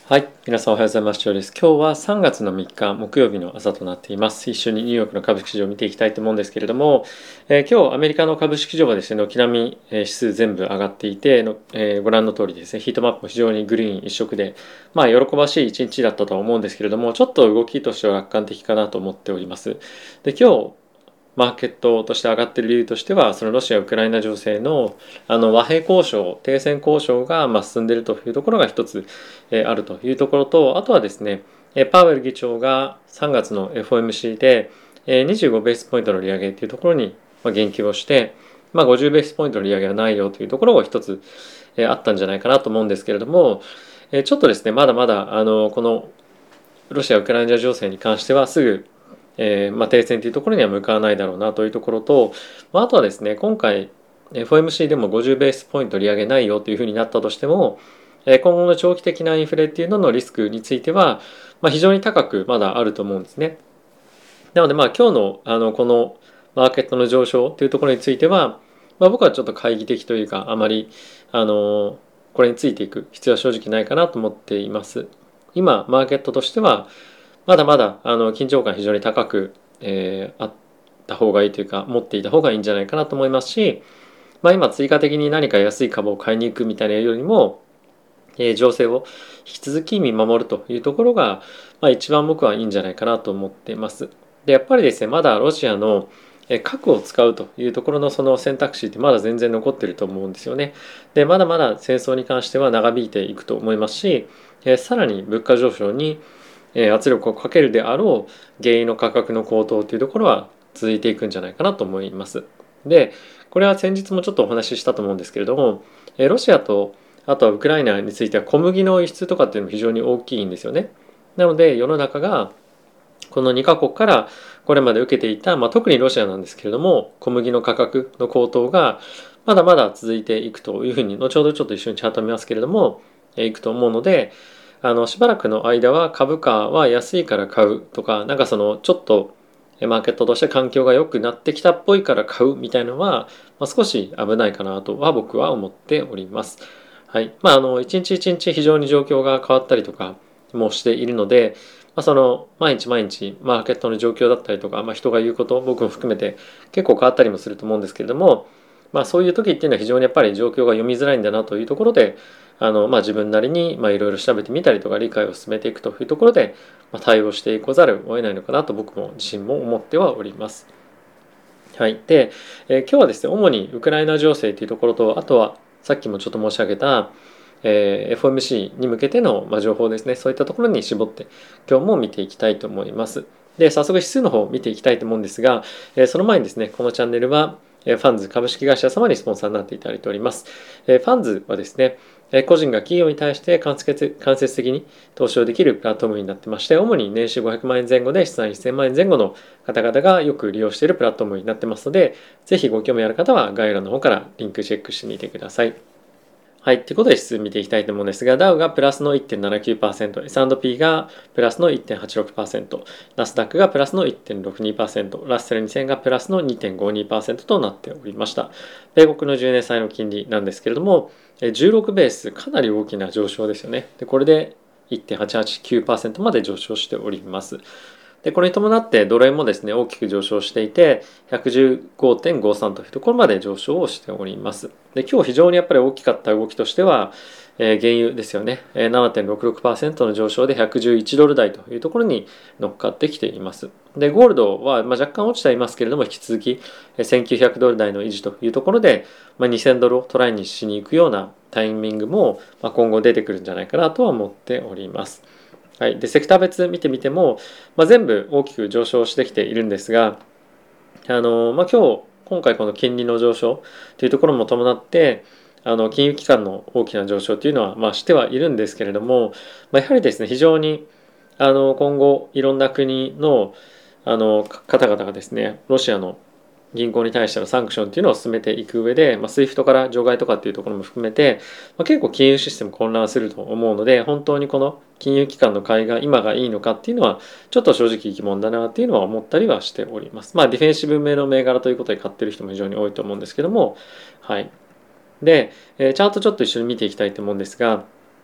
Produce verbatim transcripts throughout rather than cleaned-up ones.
はい。皆さんおはようございます。ジョーです。今日はさんがつのみっか木曜日の朝となっています。一緒にニューヨークの株式市場を見ていきたいと思うんですけれども、えー今日アメリカの株式市場はですね、軒並みえー指数全部上がっていての、えーご覧の通りですね、ヒートマップも非常にグリーン一色で、まあ喜ばしい一日だったとは思うんですけれども、ちょっと動きとしては楽観的かなと思っております。で、今日マーケットとして上がっている理由としては、そのロシア・ウクライナ情勢のあの和平交渉、停戦交渉がまあ進んでいるというところが一つえーあるというところと、あとはですね、えーパウエル議長がさんがつの エフオーエムシー でえーにじゅうごベースポイントの利上げというところにまあ言及をして、まあ、ごじゅうベースポイントの利上げはないよというところが一つえーあったんじゃないかなと思うんですけれども、えーちょっとですね、まだまだあのこのロシア・ウクライナ情勢に関してはすぐえーまあ、停戦というところには向かわないだろうなというところと、まあ、あとはですね、今回 エフオーエムシー でもごじゅうベースポイント利上げないよというふうになったとしても、今後の長期的なインフレっていうののリスクについては、まあ、非常に高くまだあると思うんですね。なのでまあ今日のあのこのマーケットの上昇というところについては、まあ、僕はちょっと懐疑的というかあまりあのこれについていく必要は正直ないかなと思っています。今マーケットとしてはまだまだあの緊張感非常に高く、えーあった方がいいというか持っていた方がいいんじゃないかなと思いますし、まあ、今追加的に何か安い株を買いに行くみたいなよりも、えー情勢を引き続き見守るというところが、まあ、一番僕はいいんじゃないかなと思っています。でやっぱりですねまだロシアの核を使うというところのその選択肢ってまだ全然残ってると思うんですよね。でまだまだ戦争に関しては長引いていくと思いますし、えーさらに物価上昇に圧力をかけるであろう原油の価格の高騰というところは続いていくんじゃないかなと思います。でこれは先日もちょっとお話ししたと思うんですけれども、ロシアとあとはウクライナについては小麦の輸出とかっていうのも非常に大きいんですよね。なので世の中がこのにカ国からこれまで受けていた、まあ、特にロシアなんですけれども小麦の価格の高騰がまだまだ続いていくというふうに後ほどちょっと一緒にチャート見ますけれどもいくと思うので、あのしばらくの間は株価は安いから買うとか、なんかそのちょっとマーケットとして環境が良くなってきたっぽいから買うみたいなのは、まあ、少し危ないかなとは僕は思っております。はい。まああの一日一日非常に状況が変わったりとかもしているので、まあ、その毎日毎日マーケットの状況だったりとか、まあ、人が言うこと僕も含めて結構変わったりもすると思うんですけれども、まあ、そういう時っていうのは非常にやっぱり状況が読みづらいんだなというところで、あの、まあ、自分なりにいろいろ調べてみたりとか理解を進めていくというところで、まあ、対応していかざるを得ないのかなと僕も自身も思ってはおります。はい。で、えー今日はですね、主にウクライナ情勢というところと、あとはさっきもちょっと申し上げた、えー エフオーエムシー に向けての、まあ、情報ですね、そういったところに絞って今日も見ていきたいと思います。で、早速指数の方を見ていきたいと思うんですが、えーその前にですね、このチャンネルは、えーファンズ株式会社様にスポンサーになっていただいております。えーファンズはですね、えー個人が企業に対して間接間接的に投資をできるプラットフォームになってまして、主に年収ごひゃくまん円前後で資産せんまん円前後の方々がよく利用しているプラットフォームになってますので、ぜひご興味ある方は概要欄の方からリンクチェックしてみてください。はい。ということで指数見ていきたいと思うんですが、ダウがプラスの いってんななきゅうパーセント、エスアンドピー がプラスの いってんはちろくパーセント、ナスダックがプラスの いってんろくにパーセント、ラッセルにせんがプラスの にてんごにパーセント となっておりました。米国のじゅうねん債の金利なんですけれども、じゅうろくベース、かなり大きな上昇ですよね。で、これで いってんはちはちきゅうパーセント まで上昇しております。で、これに伴ってドル円もですね、大きく上昇していて、ひゃくじゅうごてんごさんというところまで上昇をしております。で、今日非常にやっぱり大きかった動きとしては、えー原油ですよね。えーななてんろくろくパーセントの上昇でひゃくじゅういちドル台というところに乗っかってきています。で、ゴールドは、まあ、若干落ちてはいますけれども、引き続きせんきゅうひゃくドル台の維持というところで、まあ、にせんドルをトライにしに行くようなタイミングも、まあ、今後出てくるんじゃないかなとは思っております。はい、でセクター別見てみても、まあ、全部大きく上昇してきているんですが、あのまあ、今日今回この金利の上昇というところも伴ってあの金融機関の大きな上昇というのは、まあ、してはいるんですけれども、まあ、やはりですね非常にあの今後いろんな国のあの方々がですねロシアの銀行に対してのサンクションっていうのを進めていく上で、まあ、スイフトから除外とかっていうところも含めて、まあ、結構金融システム混乱すると思うので本当にこの金融機関の買いが今がいいのかっていうのはちょっと正直疑問だなっていうのは思ったりはしております。まあディフェンシブ名の銘柄ということで買ってる人も非常に多いと思うんですけども、はい。で、チャートちょっと一緒に見ていきたいと思うんですが、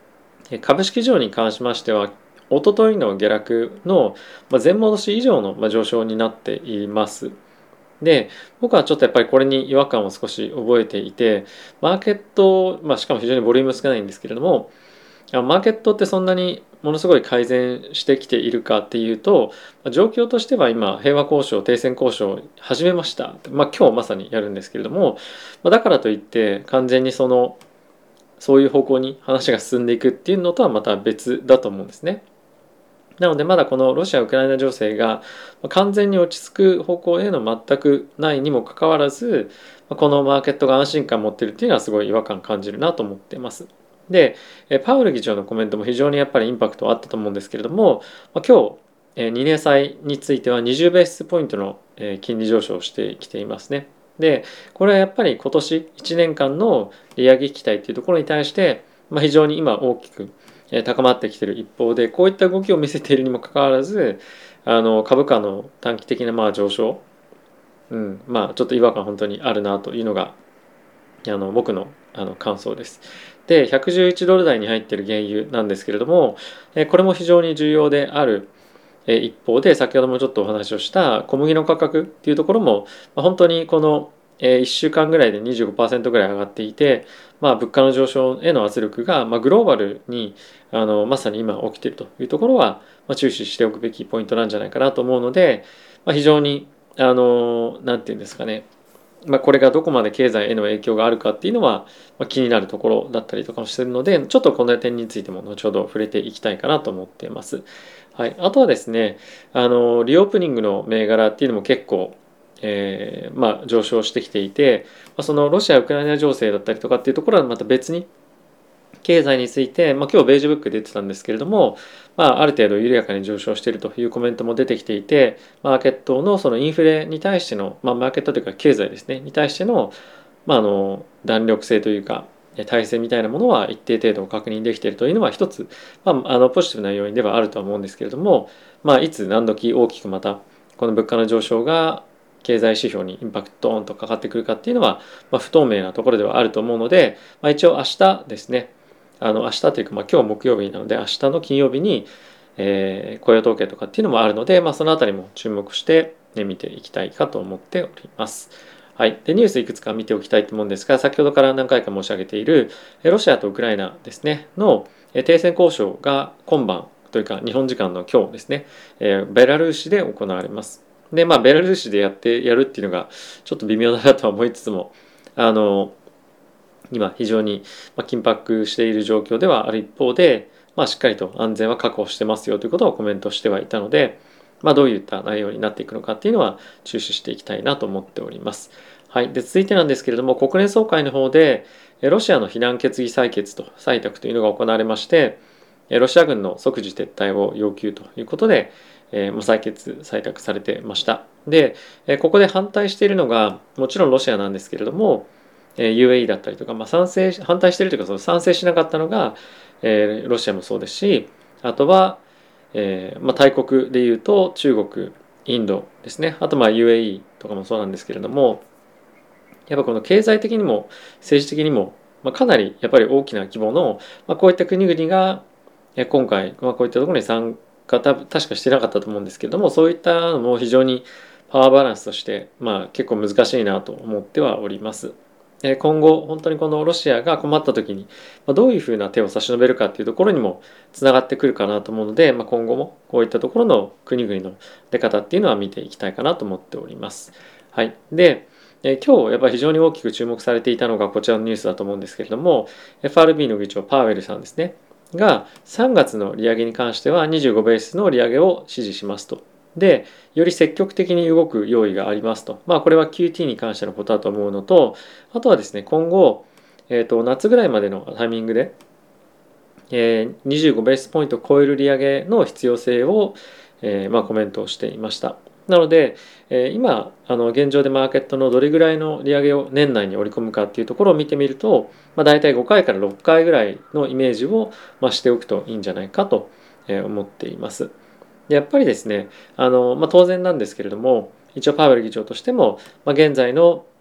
株式市場に関しましては、一昨日の下落の前戻し以上の上昇になっています。で、僕はちょっとやっぱりこれに違和感を少し覚えていて、マーケット、まあ、しかも非常にボリューム少ないんですけれども、マーケットってそんなにものすごい改善してきているかっていうと、状況としては今平和交渉、停戦交渉を始めました、まあ、今日まさにやるんですけれども、だからといって完全にそのそういう方向に話が進んでいくっていうのとはまた別だと思うんですね。なのでまだこのロシア・ウクライナ情勢が完全に落ち着く方向への全くないにもかかわらず、このマーケットが安心感を持っているっていうのはすごい違和感感じるなと思っています。で、パウエル議長のコメントも非常にやっぱりインパクトあったと思うんですけれども、今日にねん債についてはにじゅうベースポイントの金利上昇をしてきていますね。で、これはやっぱり今年いちねんかんの利上げ期待っていうところに対して、まあ、非常に今大きく高まってきている一方で、こういった動きを見せているにもかかわらず、あの株価の短期的なまあ上昇、うん、まあちょっと違和感本当にあるなというのがあの僕のあの感想です。で、ひゃくじゅういちドル台に入っている原油なんですけれども、これも非常に重要である一方で、先ほどもちょっとお話をした小麦の価格っていうところも本当にこのいっしゅうかんぐらいで にじゅうごパーセント ぐらい上がっていて、まあ、物価の上昇への圧力が、まあ、グローバルにあのまさに今起きているというところは、まあ、注視しておくべきポイントなんじゃないかなと思うので、まあ、非常にあのなんていうんですかね、まあ、これがどこまで経済への影響があるかっていうのは、まあ、気になるところだったりとかもしてるので、ちょっとこの点についても後ほど触れていきたいかなと思っています。はい、あとはですね、あのリオープニングの銘柄っていうのも結構、えーまあ、上昇してきていて、まあ、そのロシア・ウクライナ情勢だったりとかっていうところはまた別に経済について、まあ、今日ベージュブックで出てたんですけれども、まあ、ある程度緩やかに上昇しているというコメントも出てきていて、マーケットのそのインフレに対しての、まあ、マーケットというか経済ですねに対しての、まあ、あの弾力性というか体制みたいなものは一定程度確認できているというのは一つ、まあ、あのポジティブな要因ではあるとは思うんですけれども、まあ、いつ何時大きくまたこの物価の上昇が経済指標にインパクトドーンとかかってくるかっていうのは、まあ、不透明なところではあると思うので、まあ、一応明日ですね、あの明日というか、まあ、今日木曜日なので明日の金曜日に、えー、雇用統計とかっていうのもあるので、まあ、そのあたりも注目して、ね、見ていきたいかと思っております。はい、でニュースいくつか見ておきたいと思うんですが、先ほどから何回か申し上げているロシアとウクライナですねの停戦交渉が今晩というか日本時間の今日ですね、ベラルーシで行われます。で、まあ、ベラルーシでやってやるっていうのがちょっと微妙だなとは思いつつも、あの今非常に緊迫している状況ではある一方で、まあ、しっかりと安全は確保してますよということをコメントしてはいたので、まあ、どういった内容になっていくのかっていうのは注視していきたいなと思っております。はい、で続いてなんですけれども、国連総会の方でロシアの非難決議採決と採択というのが行われまして、ロシア軍の即時撤退を要求ということで、えー、採決採択されてました。で、ここで反対しているのがもちろんロシアなんですけれども、ユーエーイー だったりとか、まあ、賛成反対しているというかその賛成しなかったのが、えー、ロシアもそうですし、あとは、えーまあ、大国でいうと中国、インドですね、あとまあ ユーエーイー とかもそうなんですけれども、やっぱこの経済的にも政治的にも、まあ、かなりやっぱり大きな規模の、まあ、こういった国々が今回、まあ、こういったところに参加確かしてなかったと思うんですけれども、そういったのも非常にパワーバランスとして、まあ、結構難しいなと思ってはおります。今後本当にこのロシアが困った時にどういうふうな手を差し伸べるかっていうところにもつながってくるかなと思うので、まあ、今後もこういったところの国々の出方っていうのは見ていきたいかなと思っております。はい、で今日やっぱり非常に大きく注目されていたのがこちらのニュースだと思うんですけれども、 エフアールビー の議長パウエルさんですねがさんがつの利上げに関してはにじゅうごベースの利上げを支持しますと。で、より積極的に動く用意がありますと。まあこれは キューティー に関してのことだと思うのと、あとはですね、今後、えー、と夏ぐらいまでのタイミングで、えー、にじゅうごベースポイントを超える利上げの必要性を、えーまあ、コメントをしていました。なので、えー、今あの現状でマーケットのどれぐらいの利上げを年内に織り込むかっていうところを見てみると、まあ、大体ごかいからろっかいぐらいのイメージを、まあ、しておくといいんじゃないかと思っています。やっぱりですね、あの、まあ、当然なんですけれども、一応パウエル議長としても、まあ、現在の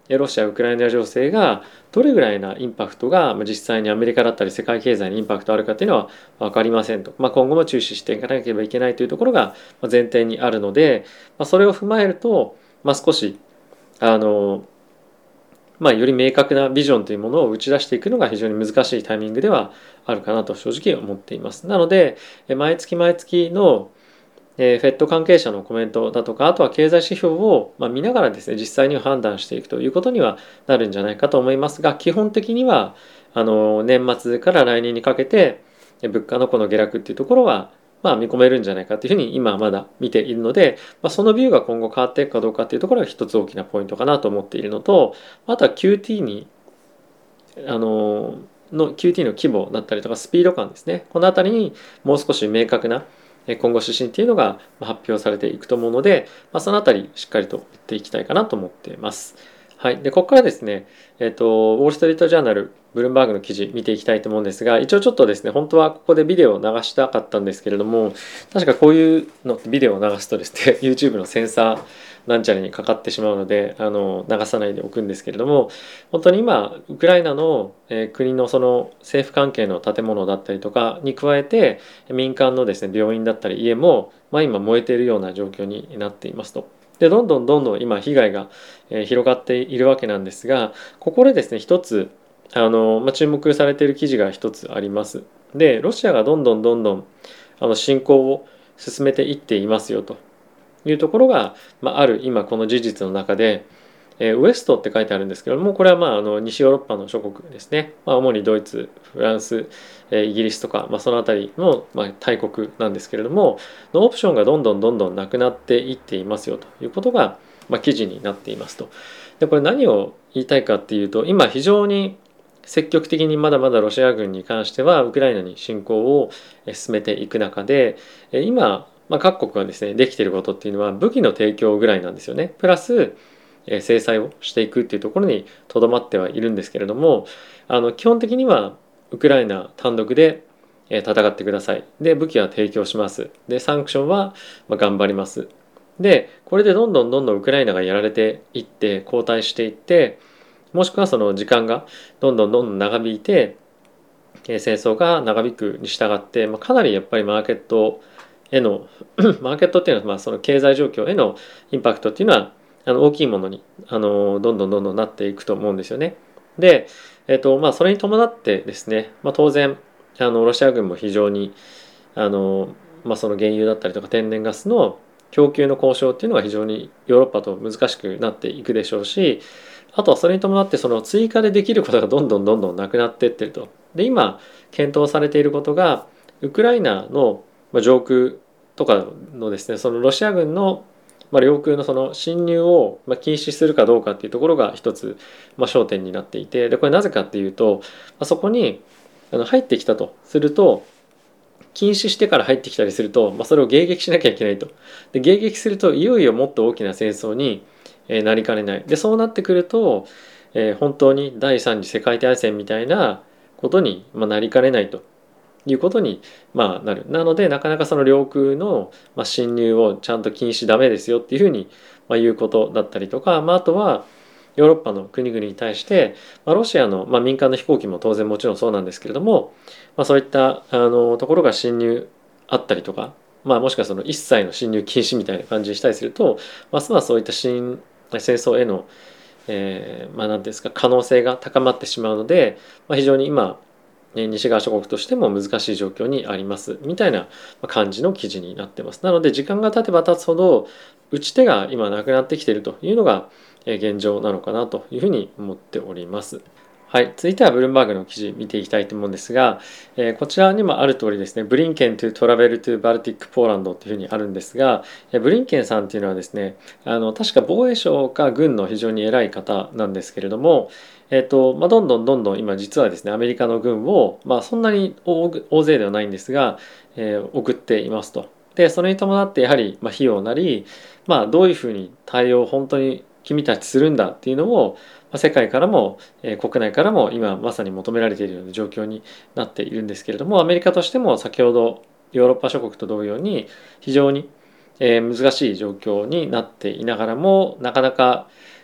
ロシア・ウクライナ情勢がどれぐらいなインパクトが実際にアメリカだったり世界経済にインパクトあるかっていうのは分かりませんと、まあ、今後も注視していかなければいけないというところが前提にあるので、まあ、それを踏まえると、まあ、少しあの、まあ、より明確なビジョンというものを打ち出していくのが非常に難しいタイミングではあるかなと正直思っています。なので毎月毎月のえー、フェット関係者のコメントだとか、あとは経済指標を、まあ、見ながらですね、実際には判断していくということにはなるんじゃないかと思いますが、基本的にはあの年末から来年にかけて物価のこの下落っていうところは、まあ、見込めるんじゃないかというふうに今はまだ見ているので、まあ、そのビューが今後変わっていくかどうかっていうところが一つ大きなポイントかなと思っているのと、あとは キューティー にあのの キューティー の規模だったりとかスピード感ですね、このあたりにもう少し明確な今後指針っていうのが発表されていくと思うので、まあ、そのあたりしっかりと言っていきたいかなと思っています。はい、でここからですね、えっと、ウォール・ストリート・ジャーナル、ブルームバーグの記事見ていきたいと思うんですが、一応ちょっとですね、本当はここでビデオを流したかったんですけれども、確かこういうのビデオを流すとですね、YouTube のセンサーなんちゃらにかかってしまうので、あの流さないでおくんですけれども、本当に今ウクライナの、えー、国のその政府関係の建物だったりとかに加えて、民間のですね病院だったり家も、まあ、今燃えているような状況になっていますと。でどんどんどんどん今被害が、えー、広がっているわけなんですが、ここでですね一つあの、まあ、注目されている記事が一つあります。でロシアがどんどんどんどんあの侵攻を進めていっていますよというところが、まあ、ある今この事実の中で、えー、ウエストって書いてあるんですけども、これはまああの西ヨーロッパの諸国ですね、まあ、主にドイツ、フランス、えー、イギリスとか、まあ、その辺りの、まあ、大国なんですけれどものオプションがどんどんどんどんなくなっていっていますよということが、まあ、記事になっていますと。でこれ何を言いたいかっていうと、今非常に積極的にまだまだロシア軍に関してはウクライナに侵攻を進めていく中で、今まあ、各国がですねできていることっていうのは武器の提供ぐらいなんですよね。プラス制裁をしていくっていうところにとどまってはいるんですけれども、あの基本的にはウクライナ単独で戦ってください。で武器は提供します。でサンクションは頑張ります。でこれでどんどんどんどんウクライナがやられていって後退していって、もしくはその時間がどんどんどんどん長引いて戦争が長引くに従って、まあ、かなりやっぱりマーケットへのマーケットっていうのはまあその経済状況へのインパクトっていうのはあの大きいものにあのどんどんどんどんなっていくと思うんですよね。で、えっとまあ、それに伴ってですね、まあ、当然あのロシア軍も非常にあの、まあ、その原油だったりとか天然ガスの供給の交渉っていうのは非常にヨーロッパと難しくなっていくでしょうし、あとはそれに伴ってその追加でできることがどんどんどんどんなくなっていってると。で今検討されていることがウクライナの上空とかのですね、そのロシア軍の領空のその侵入を禁止するかどうかっていうところが一つ焦点になっていて、でこれなぜかっていうと、そこに入ってきたとすると禁止してから入ってきたりすると、まあ、それを迎撃しなきゃいけないと。で迎撃するといよいよもっと大きな戦争になりかねない。でそうなってくると、えー、本当に第三次世界大戦みたいなことになりかねないということに、まあ、なる。なのでなかなかその領空の侵入をちゃんと禁止ダメですよっていうふうに言うことだったりとか、まあ、あとはヨーロッパの国々に対して、まあ、ロシアの、まあ、民間の飛行機も当然もちろんそうなんですけれども、まあ、そういったあのところが侵入あったりとか、まあ、もしくはその一切の侵入禁止みたいな感じにしたりすると、ますますそういった新戦争への、えー、まあ何ですか可能性が高まってしまうので、まあ、非常に今西側諸国としても難しい状況にありますみたいな感じの記事になってます。なので時間が経てば経つほど打ち手が今なくなってきているというのが現状なのかなというふうに思っております。はい、続いてはブルームバーグの記事見ていきたいと思うんですが、えー、こちらにもある通りですね、ブリンケン to travel to Baltic Poland というふうにあるんですが、えー、ブリンケンさんというのはですね、あの確か防衛省か軍の非常に偉い方なんですけれども、えーとまあ、どんどんどんどん今実はですねアメリカの軍を、まあ、そんなに大勢ではないんですが、えー、送っていますと。でそれに伴ってやはり、まあ、費用なり、まあ、どういうふうに対応を本当に君たちするんだっていうのを世界からも国内からも今まさに求められているような状況になっているんですけれども、アメリカとしても先ほどヨーロッパ諸国と同様に非常に難しい状況になっていながらもなかなか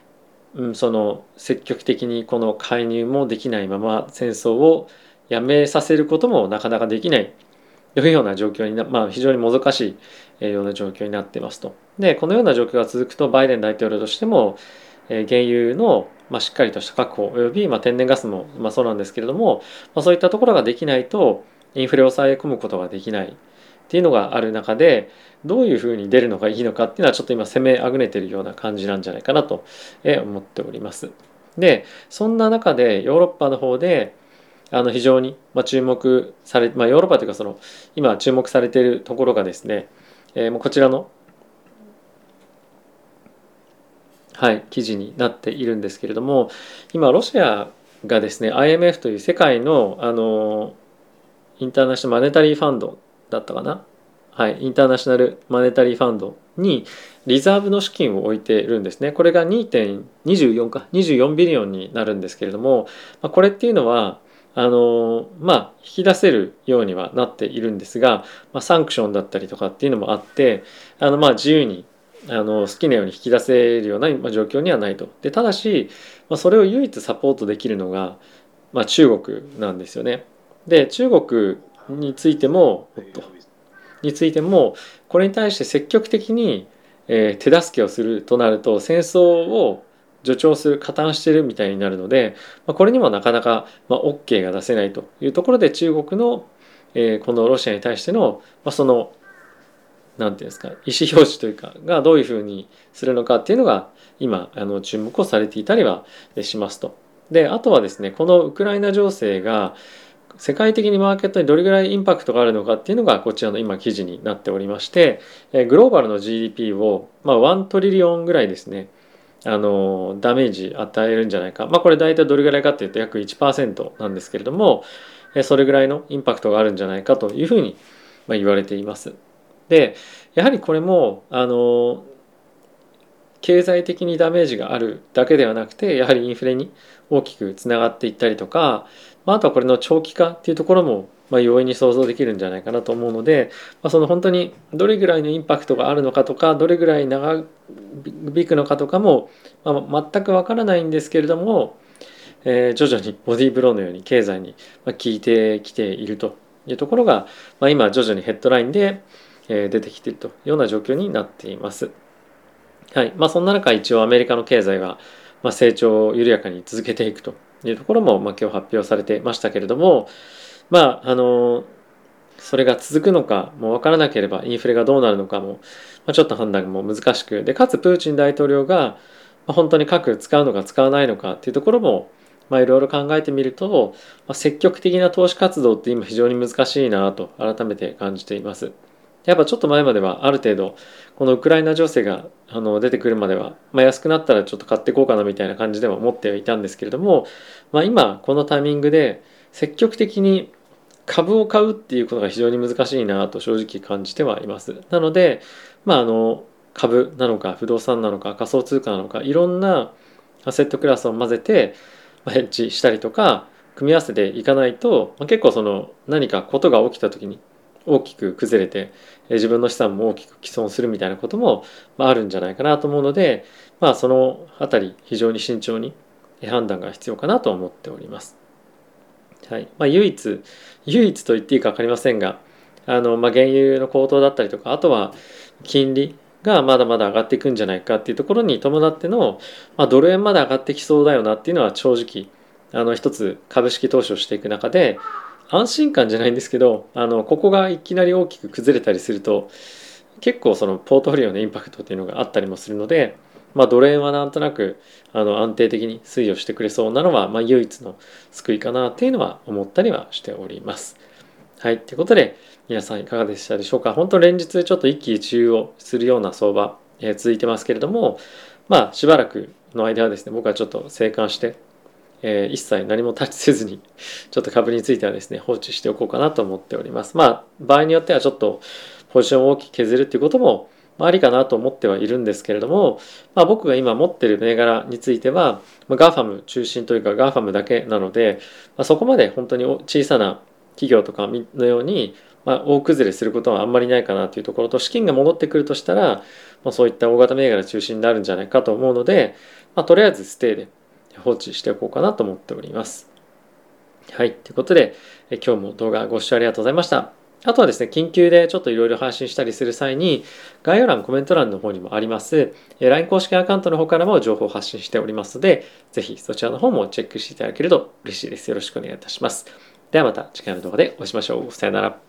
うん、その積極的にこの介入もできないまま戦争をやめさせることもなかなかできないというような状況にな、まあ、非常にもどかしいような状況になっていますと。で、このような状況が続くとバイデン大統領としても原油のまあしっかりとした確保およびまあ天然ガスもまあそうなんですけれども、まあ、そういったところができないとインフレを抑え込むことができないっていうのがある中で、どういうふうに出るのがいいのかっていうのはちょっと今攻めあぐねてるような感じなんじゃないかなと思っております。で、そんな中でヨーロッパの方であの非常に注目され、まあ、ヨーロッパというかその今注目されているところがですね、えー、もうこちらの、はい、記事になっているんですけれども、今ロシアがですね アイエムエフ という世界のあのインターナショナルマネタリーファンドだったかな、はい、インターナショナルマネタリーファンドにリザーブの資金を置いているんですね。これがにてんにじゅうよんかにじゅうよんビリオンになるんですけれども、これっていうのはあのまあ引き出せるようにはなっているんですが、まあ、サンクションだったりとかっていうのもあって、あのまあ自由にあの好きなように引き出せるような状況にはないと。でただし、まあ、それを唯一サポートできるのが、まあ、中国なんですよね。で中国についてもについてもこれに対して積極的に、えー手助けをするとなると戦争を助長する加担しているみたいになるので、まあ、これにもなかなか、まあ、OK が出せないというところで中国の、えーこのロシアに対しての、まあ、そのなんていうんですか意思表示というかがどういうふうにするのかっていうのが今あの注目をされていたりはしますと。であとはですねこのウクライナ情勢が世界的にマーケットにどれぐらいインパクトがあるのかっていうのがこちらの今記事になっておりまして、グローバルの ジーディーピー を、まあ、ワントリリオンぐらいですねあのダメージ与えるんじゃないか、まあ、これ大体どれぐらいかっていうと約いちパーセントなんですけれども、それぐらいのインパクトがあるんじゃないかというふうに言われています。でやはりこれもあの経済的にダメージがあるだけではなくてやはりインフレに大きくつながっていったりとか、まあ、あとはこれの長期化っていうところもまあ容易に想像できるんじゃないかなと思うので、まあ、その本当にどれぐらいのインパクトがあるのかとかどれぐらい長引くのかとかも、まあ、全くわからないんですけれども、えー徐々にボディーブローのように経済に効いてきているというところが、まあ、今徐々にヘッドラインで出てきているというような状況になっています。はいまあ、そんな中一応アメリカの経済がまあ成長を緩やかに続けていくというところもまあ今日発表されてましたけれども、まああのそれが続くのかも分からなければインフレがどうなるのかも、まあ、ちょっと判断も難しくでかつプーチン大統領が本当に核使うのか使わないのかっていうところもまあいろいろ考えてみると、まあ、積極的な投資活動って今非常に難しいなと改めて感じています。やっぱちょっと前まではある程度このウクライナ情勢があの出てくるまでは、まあ、安くなったらちょっと買っていこうかなみたいな感じでは思ってはいたんですけれども、まあ、今このタイミングで積極的に株を買うっていうことが非常に難しいなと正直感じてはいます。なので、まあ、あの株なのか不動産なのか仮想通貨なのかいろんなアセットクラスを混ぜてヘッジしたりとか組み合わせていかないと、まあ、結構その何かことが起きた時に大きく崩れて自分の資産も大きく毀損するみたいなこともあるんじゃないかなと思うので、まあ、そのあたり非常に慎重に判断が必要かなと思っております。はいまあ、唯一唯一と言っていいか分かりませんがあの、まあ、原油の高騰だったりとかあとは金利がまだまだ上がっていくんじゃないかっていうところに伴っての、まあ、ドル円まで上がってきそうだよなっていうのは正直あの一つ株式投資をしていく中で安心感じゃないんですけどあのここがいきなり大きく崩れたりすると結構そのポートフォリオのインパクトっていうのがあったりもするので、まあ、ドル円はなんとなくあの安定的に推移をしてくれそうなのは、まあ、唯一の救いかなっていうのは思ったりはしております。はい、ということで皆さんいかがでしたでしょうか。本当連日ちょっと一喜一憂をするような相場、えー続いてますけれども、まあしばらくの間はですね僕はちょっと静観して、えー一切何もタッチせずにちょっと株についてはですね放置しておこうかなと思っております。まあ場合によってはちょっとポジションを大きく削るっていうこともまあありかなと思ってはいるんですけれども、まあ、僕が今持っている銘柄については、まあ、ガーファム 中心というか ガーファム だけなので、まあ、そこまで本当に小さな企業とかのようにまあ、大崩れすることはあんまりないかなというところと、資金が戻ってくるとしたら、まあ、そういった大型銘柄中心になるんじゃないかと思うので、まあ、とりあえずステイで放置しておこうかなと思っております。はい、ということで、え今日も動画ご視聴ありがとうございました。あとはですね、緊急でちょっといろいろ配信したりする際に、概要欄、コメント欄の方にもあります、ライン 公式アカウントの方からも情報を発信しておりますので、ぜひそちらの方もチェックしていただけると嬉しいです。よろしくお願いいたします。ではまた次回の動画でお会いしましょう。さよなら。